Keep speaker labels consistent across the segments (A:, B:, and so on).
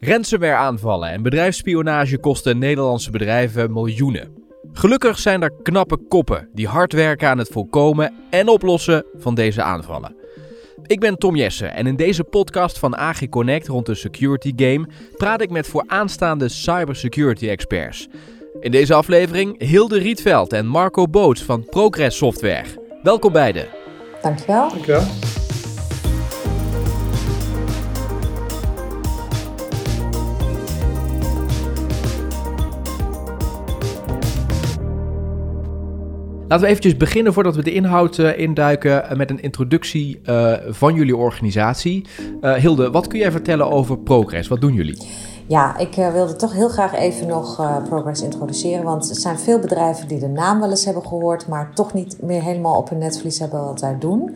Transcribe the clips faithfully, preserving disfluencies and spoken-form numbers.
A: Ransomware-aanvallen en bedrijfsspionage kosten Nederlandse bedrijven miljoenen. Gelukkig zijn er knappe koppen die hard werken aan het voorkomen en oplossen van deze aanvallen. Ik ben Tom Jessen en in deze podcast van A G Connect rond de security game praat ik met vooraanstaande cybersecurity experts. In deze aflevering Hilde Rietveld en Marco Boots van Progress Software. Welkom beiden.
B: Dankjewel.
C: Dankjewel.
A: Laten we eventjes beginnen voordat we de inhoud uh, induiken uh, met een introductie uh, van jullie organisatie. Uh, Hilde, wat kun jij vertellen over Progress? Wat doen jullie?
B: Ja, ik uh, wilde toch heel graag even nog uh, Progress introduceren, want er zijn veel bedrijven die de naam wel eens hebben gehoord, maar toch niet meer helemaal op hun netvlies hebben wat wij doen.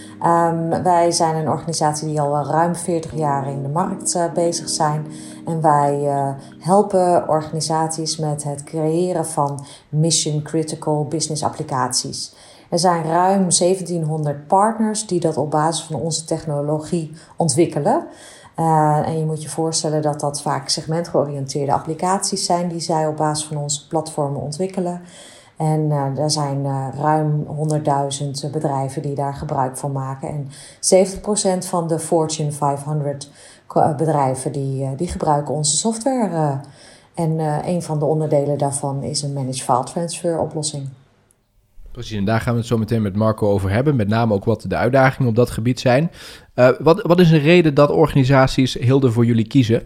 B: Um, wij zijn een organisatie die al ruim veertig jaar in de markt uh, bezig zijn. En wij uh, helpen organisaties met het creëren van mission critical business applicaties. Er zijn ruim zeventienhonderd partners die dat op basis van onze technologie ontwikkelen. Uh, en je moet je voorstellen dat dat vaak segmentgeoriënteerde applicaties zijn die zij op basis van onze platformen ontwikkelen. En uh, er zijn uh, ruim honderdduizend bedrijven die daar gebruik van maken. En zeventig procent van de Fortune vijfhonderd bedrijven die, uh, die gebruiken onze software. Uh, en uh, een van de onderdelen daarvan is een managed file transfer oplossing.
A: Precies, en daar gaan we het zo meteen met Marco over hebben. Met name ook wat de uitdagingen op dat gebied zijn. Uh, wat, wat is een reden dat organisaties Hilde voor jullie kiezen?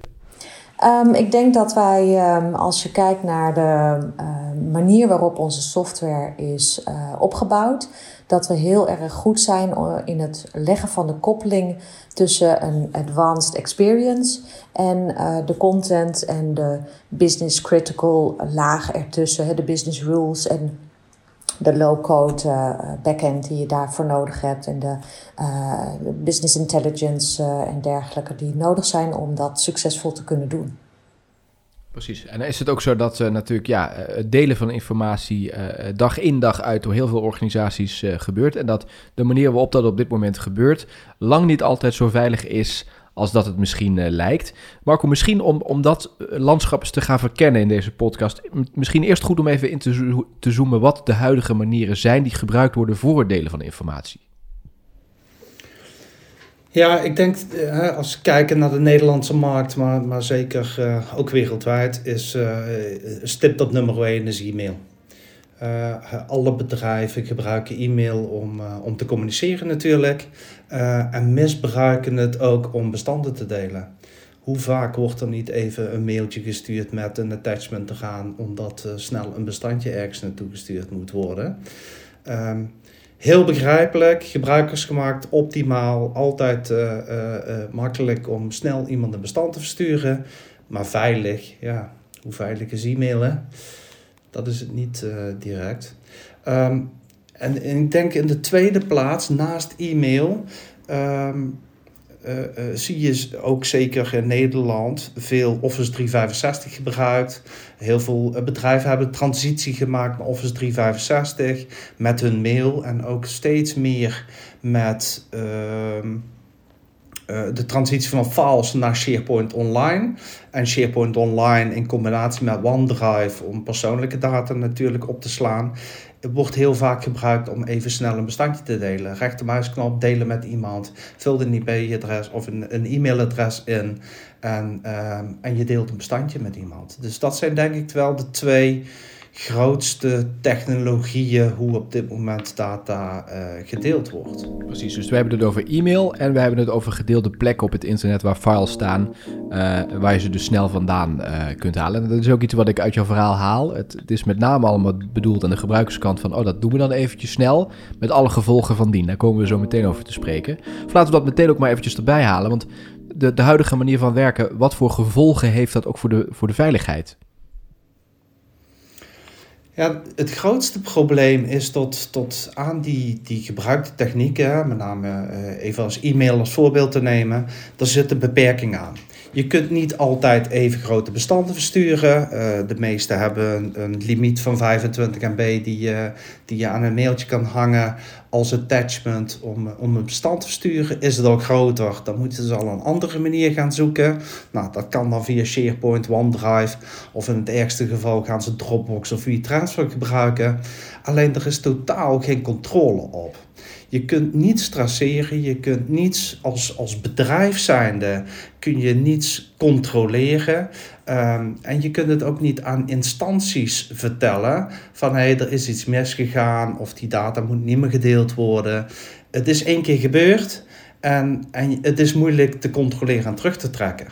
B: Um, ik denk dat wij, um, als je kijkt naar de uh, manier waarop onze software is uh, opgebouwd, dat we heel erg goed zijn in het leggen van de koppeling tussen een advanced experience en uh, de content en de business critical laag ertussen, de business rules en de low-code uh, backend die je daarvoor nodig hebt en de uh, business intelligence uh, en dergelijke die nodig zijn om dat succesvol te kunnen doen.
A: Precies. En is het ook zo dat uh, natuurlijk ja, het delen van informatie uh, dag in dag uit door heel veel organisaties uh, gebeurt en dat de manier waarop dat op dit moment gebeurt lang niet altijd zo veilig is als dat het misschien uh, lijkt. Marco, misschien om, om dat landschap eens te gaan verkennen in deze podcast, misschien eerst goed om even in te, zo- te zoomen wat de huidige manieren zijn die gebruikt worden voor het delen van informatie.
C: Ja, ik denk uh, als we kijken naar de Nederlandse markt, maar, maar zeker uh, ook wereldwijd, is uh, stipt op nummer één is e-mail. Uh, alle bedrijven gebruiken e-mail om, uh, om te communiceren natuurlijk uh, en misbruiken het ook om bestanden te delen. Hoe vaak wordt er niet even een mailtje gestuurd met een attachment eraan omdat uh, snel een bestandje ergens naartoe gestuurd moet worden. Um, heel begrijpelijk, gebruikersgemaakt, optimaal, altijd uh, uh, uh, makkelijk om snel iemand een bestand te versturen, maar veilig, ja, hoe veilig is e-mail, hè? Dat is het niet uh, direct. Um, en, en ik denk in de tweede plaats, naast e-mail, um, uh, uh, zie je ook zeker in Nederland veel Office driehonderdvijfenzestig gebruikt. Heel veel uh, bedrijven hebben transitie gemaakt naar Office driehonderdvijfenzestig met hun mail en ook steeds meer met Uh, Uh, de transitie van files naar SharePoint Online. En SharePoint Online in combinatie met OneDrive om persoonlijke data natuurlijk op te slaan. Het wordt heel vaak gebruikt om even snel een bestandje te delen. Rechtermuisknop, delen met iemand. Vul een I P-adres of een, een e-mailadres in. En, uh, en je deelt een bestandje met iemand. Dus dat zijn denk ik wel de twee grootste technologieën hoe op dit moment data uh, gedeeld wordt.
A: Precies, dus we hebben het over e-mail en we hebben het over gedeelde plekken op het internet waar files staan, uh, waar je ze dus snel vandaan uh, kunt halen. En dat is ook iets wat ik uit jouw verhaal haal. Het, het is met name allemaal bedoeld aan de gebruikerskant van, oh, dat doen we dan eventjes snel, met alle gevolgen van dien. Daar komen we zo meteen over te spreken. Of laten we dat meteen ook maar eventjes erbij halen, want de, de huidige manier van werken, wat voor gevolgen heeft dat ook voor de, voor de veiligheid?
C: Ja, het grootste probleem is tot, tot aan die, die gebruikte technieken, met name uh, even als e-mail als voorbeeld te nemen, daar zit een beperking aan. Je kunt niet altijd even grote bestanden versturen. Uh, de meeste hebben een, een limiet van vijfentwintig megabyte die je, die je aan een mailtje kan hangen als attachment om, om een bestand te versturen. Is het al groter, dan moeten ze al een andere manier gaan zoeken. Nou, dat kan dan via SharePoint, OneDrive of in het ergste geval gaan ze Dropbox of WeTransfer gebruiken. Alleen er is totaal geen controle op. Je kunt niets traceren, je kunt niets als, als bedrijf zijnde, kun je niets controleren. Um, en je kunt het ook niet aan instanties vertellen van hé, hey, er is iets misgegaan of die data moet niet meer gedeeld worden. Het is één keer gebeurd en, en het is moeilijk te controleren en terug te trekken.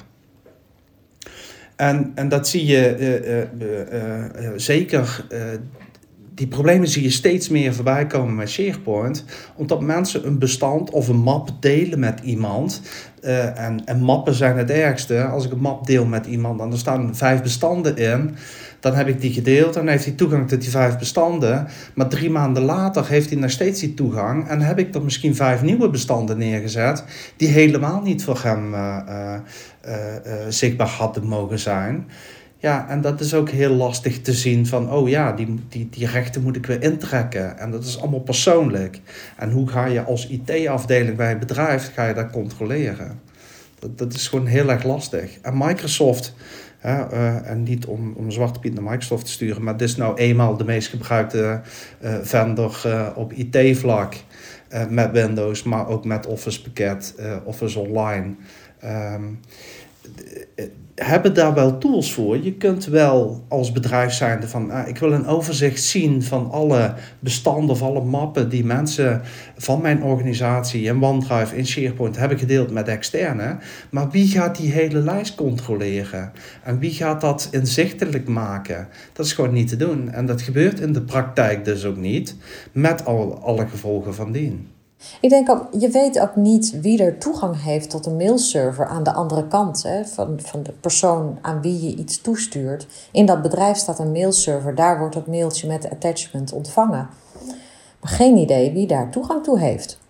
C: En, en dat zie je uh, uh, uh, uh, zeker... Uh, Die problemen zie je steeds meer voorbij komen met SharePoint. Omdat mensen een bestand of een map delen met iemand. Uh, en, en mappen zijn het ergste. Als ik een map deel met iemand en er staan vijf bestanden in. Dan heb ik die gedeeld en dan heeft hij toegang tot die vijf bestanden. Maar drie maanden later heeft hij nog steeds die toegang. En heb ik er misschien vijf nieuwe bestanden neergezet. Die helemaal niet voor hem uh, uh, uh, uh, zichtbaar hadden mogen zijn. Ja, en dat is ook heel lastig te zien van, oh ja, die, die, die rechten moet ik weer intrekken. En dat is allemaal persoonlijk. En hoe ga je als I T-afdeling bij een bedrijf, ga je dat controleren? Dat, dat is gewoon heel erg lastig. En Microsoft, hè, uh, en niet om, om Zwarte Piet naar Microsoft te sturen, maar dit is nou eenmaal de meest gebruikte uh, vendor uh, op I T-vlak. Uh, met Windows, maar ook met Office pakket, uh, Office Online. Um, hebben daar wel tools voor. Je kunt wel als bedrijf zijnde van, ah, ik wil een overzicht zien van alle bestanden of alle mappen die mensen van mijn organisatie in OneDrive, in SharePoint hebben gedeeld met externe. Maar wie gaat die hele lijst controleren? En wie gaat dat inzichtelijk maken? Dat is gewoon niet te doen. En dat gebeurt in de praktijk dus ook niet, met al, alle gevolgen van dien.
B: Ik denk ook, je weet ook niet wie er toegang heeft tot een mailserver aan de andere kant. Hè, van, van de persoon aan wie je iets toestuurt. In dat bedrijf staat een mailserver, daar wordt het mailtje met attachment ontvangen. Maar geen idee wie daar toegang toe heeft.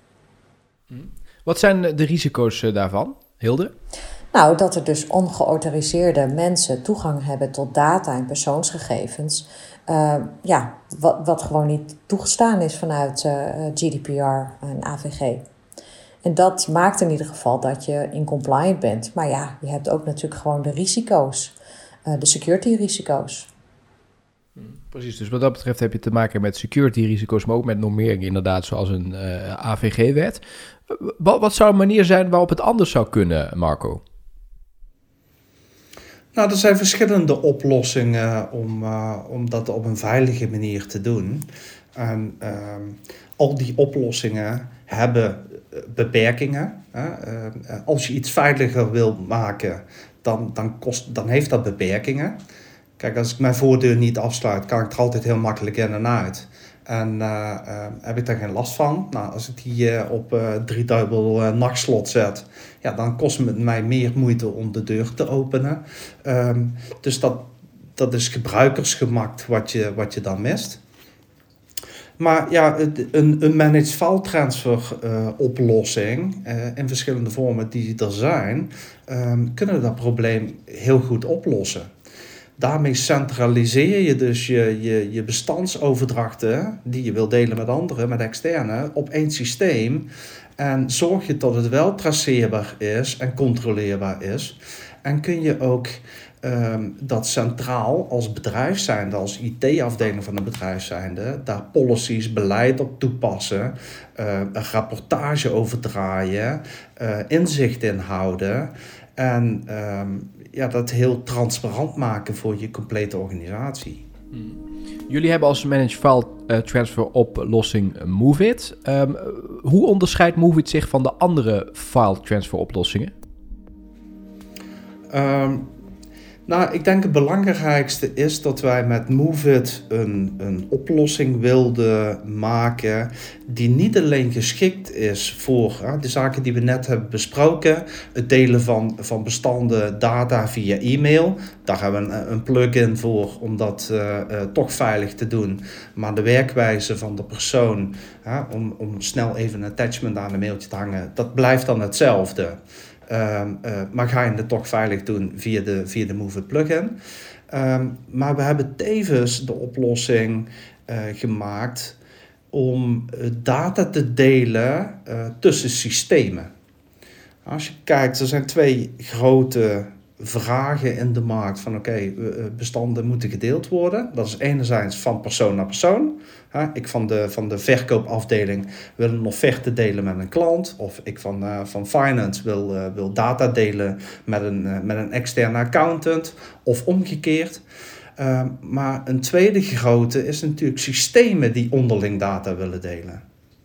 A: Wat zijn de risico's daarvan, Hilde?
B: Nou, dat er dus ongeautoriseerde mensen toegang hebben tot data en persoonsgegevens. Uh, ja, wat, wat gewoon niet toegestaan is vanuit uh, G D P R en A V G. En dat maakt in ieder geval dat je in compliant bent. Maar ja, je hebt ook natuurlijk gewoon de risico's, uh, de security risico's.
A: Precies, dus wat dat betreft heb je te maken met security risico's, maar ook met normeringen inderdaad, zoals een uh, A V G-wet. Wat, wat zou een manier zijn waarop het anders zou kunnen, Marco?
C: Nou, er zijn verschillende oplossingen om, uh, om dat op een veilige manier te doen. En uh, al die oplossingen hebben beperkingen. Hè? Uh, als je iets veiliger wil maken, dan, dan, kost, dan heeft dat beperkingen. Kijk, als ik mijn voordeur niet afsluit, kan ik er altijd heel makkelijk in en uit. En uh, uh, heb ik daar geen last van. Nou, als ik die uh, op uh, driedubbel uh, nachtslot zet, ja, dan kost het mij meer moeite om de deur te openen. Um, dus dat, dat is gebruikersgemak wat je, wat je dan mist. Maar ja, een, een managed file transfer uh, oplossing uh, in verschillende vormen die er zijn, um, kunnen dat probleem heel goed oplossen. Daarmee centraliseer je dus je, je, je bestandsoverdrachten die je wil delen met anderen, met externe, op één systeem. En zorg je dat het wel traceerbaar is en controleerbaar is. En kun je ook um, dat centraal als bedrijf zijnde, als I T-afdeling van een bedrijf zijnde, daar policies, beleid op toepassen, uh, een rapportage over draaien, uh, inzicht in houden en um, ja, dat heel transparant maken voor je complete organisatie.
A: Hmm. Jullie hebben als managed file uh, transfer oplossing MOVEit. Um, hoe onderscheidt MOVEit zich van de andere file transfer oplossingen?
C: Um, nou, ik denk het belangrijkste is dat wij met MOVEit een, een oplossing wilden maken die niet alleen geschikt is voor uh, de zaken die we net hebben besproken. Het delen van, van bestanden data via e-mail. Daar hebben we een, een plugin voor om dat uh, uh, toch veilig te doen. Maar de werkwijze van de persoon, uh, om, om snel even een attachment aan een mailtje te hangen, dat blijft dan hetzelfde. Um, uh, maar ga je het toch veilig doen via de, via de Move It plugin. Um, maar we hebben tevens de oplossing uh, gemaakt om uh, data te delen uh, tussen systemen. Als je kijkt, er zijn twee grote vragen in de markt van oké, okay, bestanden moeten gedeeld worden. Dat is enerzijds van persoon naar persoon. Ik van de, van de verkoopafdeling wil een offerte delen met een klant. Of ik van, uh, van finance wil, uh, wil data delen met een, uh, met een externe accountant. Of omgekeerd. Uh, maar een tweede grote is natuurlijk systemen die onderling data willen delen.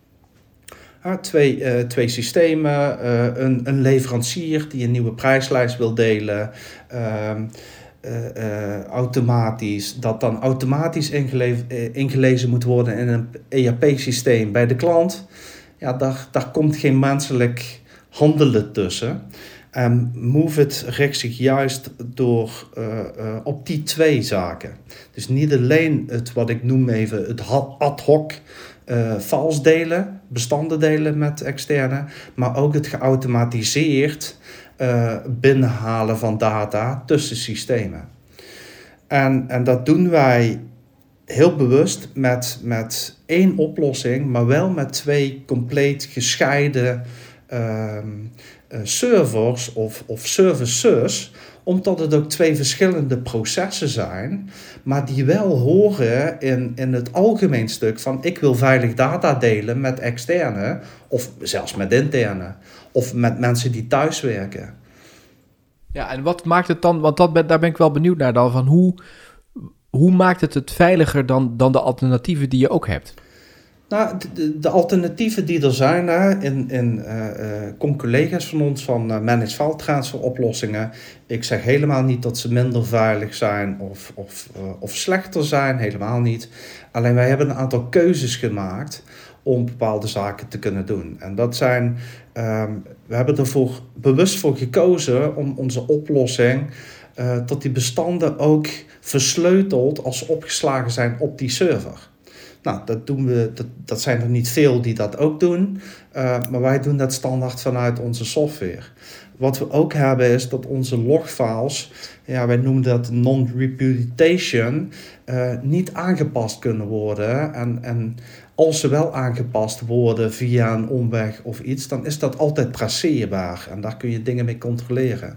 C: Uh, twee, uh, twee systemen, uh, een, een leverancier die een nieuwe prijslijst wil delen, uh, uh, uh, automatisch, dat dan automatisch ingele- uh, ingelezen moet worden in een E R P-systeem bij de klant. Ja, daar, daar komt geen menselijk handelen tussen. Um, Move It richt zich juist door uh, uh, op die twee zaken. Dus niet alleen het wat ik noem even het ad hoc uh, files delen, bestanden delen met externe, maar ook het geautomatiseerd uh, binnenhalen van data tussen systemen. En, en dat doen wij heel bewust met, met één oplossing, maar wel met twee compleet gescheiden uh, uh, servers of, of services, omdat het ook twee verschillende processen zijn, maar die wel horen in, in het algemeen stuk van ik wil veilig data delen met externe of zelfs met interne of met mensen die thuiswerken.
A: Ja, en wat maakt het dan, want dat ben, daar ben ik wel benieuwd naar dan, van hoe, hoe maakt het het veiliger dan, dan de alternatieven die je ook hebt?
C: Nou, de, de alternatieven die er zijn, hè, in, in uh, uh, kom collega's van ons van uh, managed file transfer oplossingen. Ik zeg helemaal niet dat ze minder veilig zijn of, of, uh, of slechter zijn, helemaal niet. Alleen wij hebben een aantal keuzes gemaakt om bepaalde zaken te kunnen doen. En dat zijn, um, we hebben ervoor bewust voor gekozen om onze oplossing uh, tot die bestanden ook versleuteld als ze opgeslagen zijn op die server. Nou, dat doen we, dat, dat zijn er niet veel die dat ook doen, uh, maar wij doen dat standaard vanuit onze software. Wat we ook hebben is dat onze logfiles, ja, wij noemen dat non-repudiation, uh, niet aangepast kunnen worden. En, en als ze wel aangepast worden via een omweg of iets, dan is dat altijd traceerbaar en daar kun je dingen mee controleren.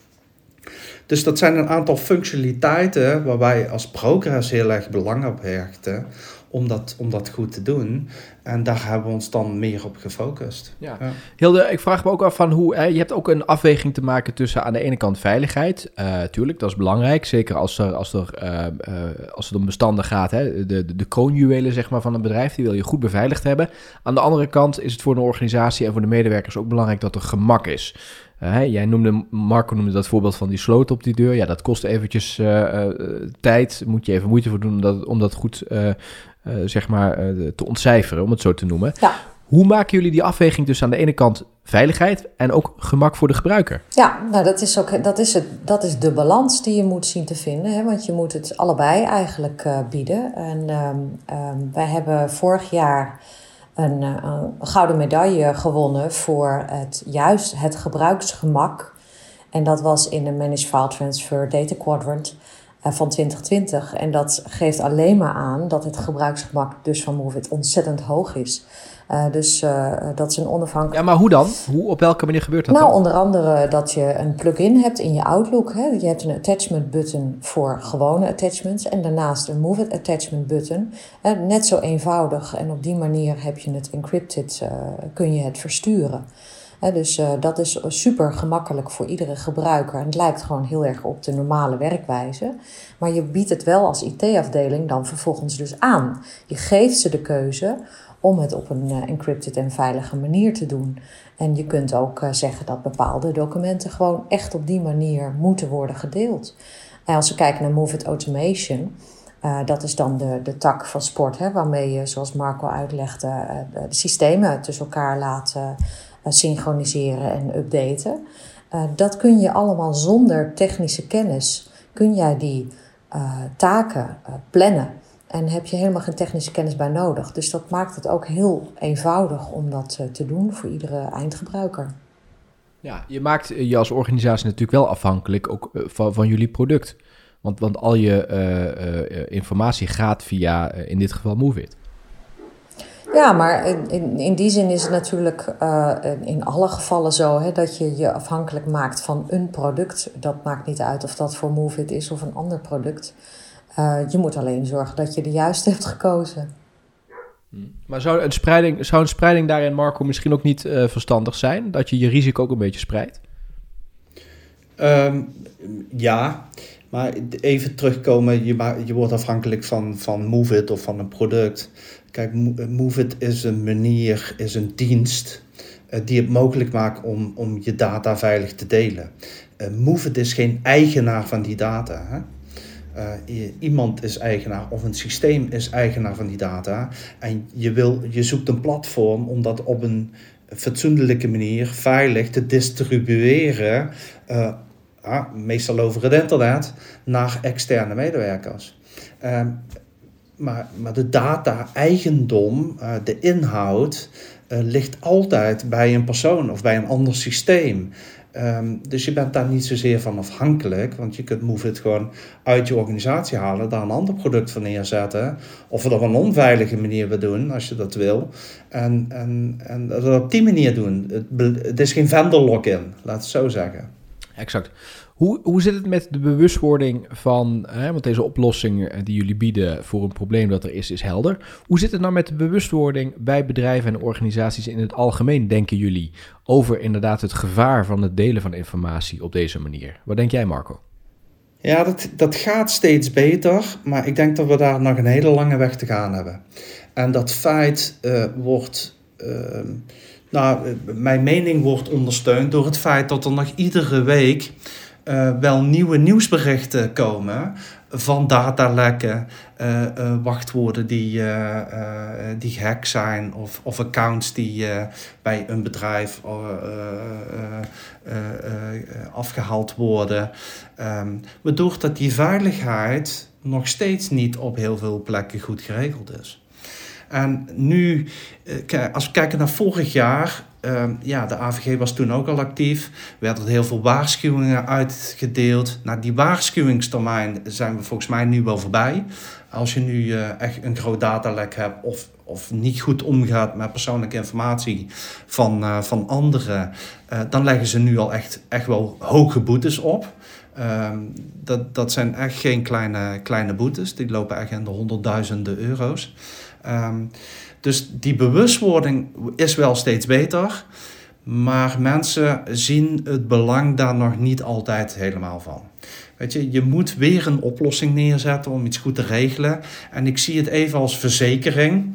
C: Dus dat zijn een aantal functionaliteiten waar wij als Progress heel erg belang op hechten om dat, om dat goed te doen. En daar hebben we ons dan meer op gefocust. Ja. Ja.
A: Hilde, ik vraag me ook af van hoe, hè, je hebt ook een afweging te maken tussen aan de ene kant veiligheid. Uh, tuurlijk, dat is belangrijk. Zeker als er, als er, uh, uh, als het om bestanden gaat. Hè, de, de, de kroonjuwelen zeg maar, van een bedrijf, die wil je goed beveiligd hebben. Aan de andere kant is het voor een organisatie en voor de medewerkers ook belangrijk dat er gemak is. Uh, jij noemde, Marco noemde dat voorbeeld van die sloot op die deur. Ja, dat kost eventjes uh, uh, tijd. Moet je even moeite voor doen om dat, om dat goed uh, uh, zeg maar, uh, te ontcijferen, om het zo te noemen.
B: Ja.
A: Hoe maken jullie die afweging tussen aan de ene kant veiligheid en ook gemak voor de gebruiker?
B: Ja, nou dat is, ook, dat is, het, dat is de balans die je moet zien te vinden. Hè? Want je moet het allebei eigenlijk uh, bieden. En um, um, wij hebben vorig jaar Een, een gouden medaille gewonnen voor het, juist het gebruiksgemak. En dat was in de Managed File Transfer Data Quadrant uh, van twintig twintig. En dat geeft alleen maar aan dat het gebruiksgemak dus van Move It ontzettend hoog is. Uh, dus uh, dat is een onafhankelijk...
A: Ja, maar hoe dan? Hoe, op welke manier gebeurt dat
B: nou,
A: dan?
B: onder andere dat je een plugin hebt in je Outlook. Hè. Je hebt een attachment button voor gewone attachments. En daarnaast een Move It attachment button. Uh, net zo eenvoudig. En op die manier heb je het encrypted, uh, kun je het versturen. Uh, dus uh, dat is super gemakkelijk voor iedere gebruiker. En het lijkt gewoon heel erg op de normale werkwijze. Maar je biedt het wel als I T-afdeling dan vervolgens dus aan. Je geeft ze de keuze om het op een uh, encrypted en veilige manier te doen. En je kunt ook uh, zeggen dat bepaalde documenten gewoon echt op die manier moeten worden gedeeld. En als we kijken naar Move It Automation, uh, dat is dan de, de tak van sport, hè, waarmee je, zoals Marco uitlegde, uh, de systemen tussen elkaar laat uh, synchroniseren en updaten. Uh, dat kun je allemaal zonder technische kennis, kun jij die uh, taken uh, plannen. En heb je helemaal geen technische kennis bij nodig. Dus dat maakt het ook heel eenvoudig om dat te doen voor iedere eindgebruiker.
A: Ja, je maakt je als organisatie natuurlijk wel afhankelijk ook uh, van, van jullie product. Want, want al je uh, uh, informatie gaat via, uh, in dit geval, Moovit.
B: Ja, maar in, in, in die zin is het natuurlijk uh, in alle gevallen zo, hè, dat je je afhankelijk maakt van een product. Dat maakt niet uit of dat voor Moovit is of een ander product. Uh, je moet alleen zorgen dat je de juiste hebt gekozen.
A: Maar zou een spreiding, zou een spreiding daarin, Marco, misschien ook niet uh, verstandig zijn? Dat je je risico ook een beetje spreidt?
C: Um, ja, maar even terugkomen, je, ma- je wordt afhankelijk van, van Moovit of van een product. Kijk, Moovit is een manier, is een dienst uh, die het mogelijk maakt om, om je data veilig te delen. Uh, Moovit is geen eigenaar van die data, hè? Uh, iemand is eigenaar of een systeem is eigenaar van die data. En je, wil, je zoekt een platform om dat op een fatsoenlijke manier veilig te distribueren. Uh, uh, meestal over het internet naar externe medewerkers. Uh, maar, maar de data-eigendom, uh, de inhoud, uh, ligt altijd bij een persoon of bij een ander systeem. Um, dus je bent daar niet zozeer van afhankelijk, want je kunt Moovit gewoon uit je organisatie halen, daar een ander product van neerzetten, of het op een onveilige manier weer doen, als je dat wil, en, en, en dat op die manier doen. Het, het is geen vendor lock-in, laat het zo zeggen.
A: Exact. Hoe, hoe zit het met de bewustwording van, hè, want deze oplossing die jullie bieden voor een probleem dat er is, is helder. Hoe zit het nou met de bewustwording bij bedrijven en organisaties in het algemeen, denken jullie, over inderdaad het gevaar van het delen van informatie op deze manier? Wat denk jij, Marco?
C: Ja, dat, dat gaat steeds beter, maar ik denk dat we daar nog een hele lange weg te gaan hebben. En dat feit uh, wordt... Uh, nou, mijn mening wordt ondersteund door het feit dat er nog iedere week uh, wel nieuwe nieuwsberichten komen van datalekken, uh, uh, wachtwoorden die, uh, uh, die gehackt zijn of, of accounts die uh, bij een bedrijf uh, uh, uh, uh, afgehaald worden. Um, waardoor dat die veiligheid nog steeds niet op heel veel plekken goed geregeld is. En nu, als we kijken naar vorig jaar, uh, ja, de A V G was toen ook al actief, werden er heel veel waarschuwingen uitgedeeld. Nou, die waarschuwingstermijn zijn we volgens mij nu wel voorbij. Als je nu uh, echt een groot datalek hebt of, of niet goed omgaat met persoonlijke informatie van, uh, van anderen, uh, dan leggen ze nu al echt, echt wel hoge boetes op. Um, dat, dat zijn echt geen kleine, kleine boetes, die lopen echt in de honderdduizenden euro's. Um, dus die bewustwording is wel steeds beter, maar mensen zien het belang daar nog niet altijd helemaal van. Weet je, je moet weer een oplossing neerzetten om iets goed te regelen. En ik zie het even als verzekering.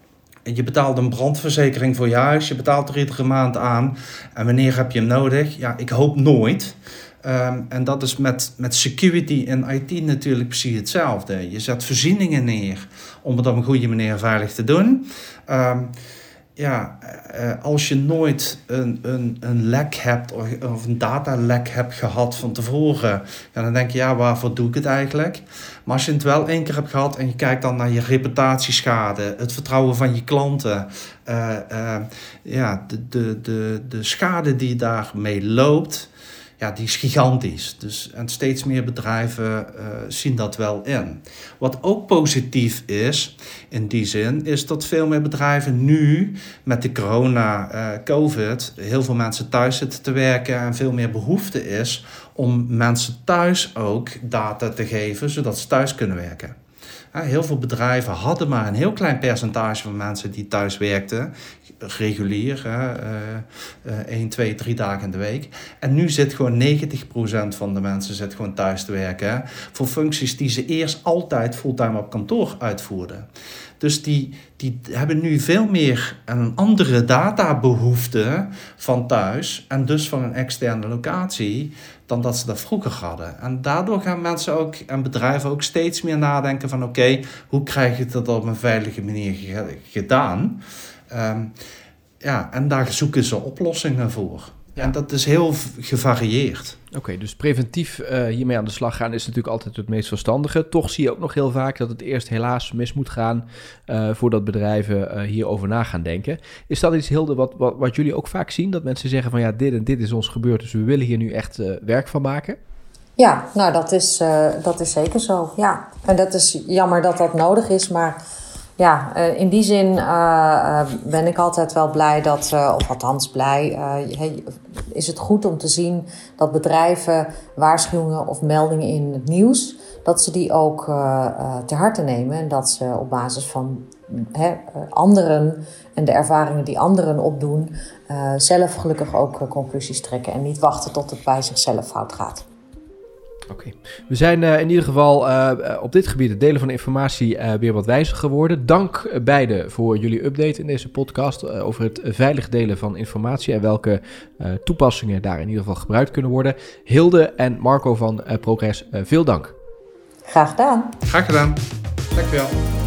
C: Je betaalt een brandverzekering voor je huis, je betaalt er iedere maand aan. En wanneer heb je hem nodig? Ja, ik hoop nooit. Um, en dat is met, met security en I T natuurlijk precies hetzelfde. Je zet voorzieningen neer om het op een goede manier veilig te doen. Um, ja, uh, als je nooit een, een, een lek hebt of, of een datalek hebt gehad van tevoren, ja, dan denk je, ja, waarvoor doe ik het eigenlijk? Maar als je het wel één keer hebt gehad en je kijkt dan naar je reputatieschade, het vertrouwen van je klanten, uh, uh, ja, de, de, de, de schade die daarmee loopt, ja, die is gigantisch. Dus, en steeds meer bedrijven uh, zien dat wel in. Wat ook positief is, in die zin, is dat veel meer bedrijven nu met de corona, uh, COVID, heel veel mensen thuis zitten te werken en veel meer behoefte is om mensen thuis ook data te geven, zodat ze thuis kunnen werken. Heel veel bedrijven hadden maar een heel klein percentage van mensen die thuis werkten. Regulier, hè, uh, uh, één, twee, drie dagen in de week. En nu zit gewoon negentig procent van de mensen zit gewoon thuis te werken. Hè, voor functies die ze eerst altijd fulltime op kantoor uitvoerden. Dus die, die hebben nu veel meer een andere databehoefte van thuis en dus van een externe locatie dan dat ze dat vroeger hadden. En daardoor gaan mensen ook en bedrijven ook steeds meer nadenken van oké, okay, hoe krijg ik dat op een veilige manier gedaan? Um, ja, en daar zoeken ze oplossingen voor.
A: Ja.
C: En dat is heel v- gevarieerd.
A: Oké, okay, dus preventief uh, hiermee aan de slag gaan is natuurlijk altijd het meest verstandige. Toch zie je ook nog heel vaak dat het eerst helaas mis moet gaan uh, voordat bedrijven uh, hierover na gaan denken. Is dat iets, Hilde, wat, wat, wat jullie ook vaak zien? Dat mensen zeggen van ja, dit en dit is ons gebeurd, dus we willen hier nu echt uh, werk van maken?
B: Ja, nou dat is, uh, dat is zeker zo, ja. En dat is jammer dat dat nodig is, maar ja, uh, in die zin uh, uh, ben ik altijd wel blij dat, uh, of althans blij, uh, hey, is het goed om te zien dat bedrijven waarschuwingen of meldingen in het nieuws, dat ze die ook uh, uh, ter harte nemen en dat ze op basis van he, uh, anderen en de ervaringen die anderen opdoen, uh, zelf gelukkig ook uh, conclusies trekken en niet wachten tot het bij zichzelf fout gaat.
A: Oké, okay. We zijn uh, in ieder geval uh, op dit gebied, het delen van informatie, uh, weer wat wijzer geworden. Dank uh, beiden voor jullie update in deze podcast uh, over het veilig delen van informatie en welke uh, toepassingen daar in ieder geval gebruikt kunnen worden. Hilde en Marco van uh, Progress, uh, veel dank.
B: Graag gedaan.
C: Graag gedaan. Dank je wel.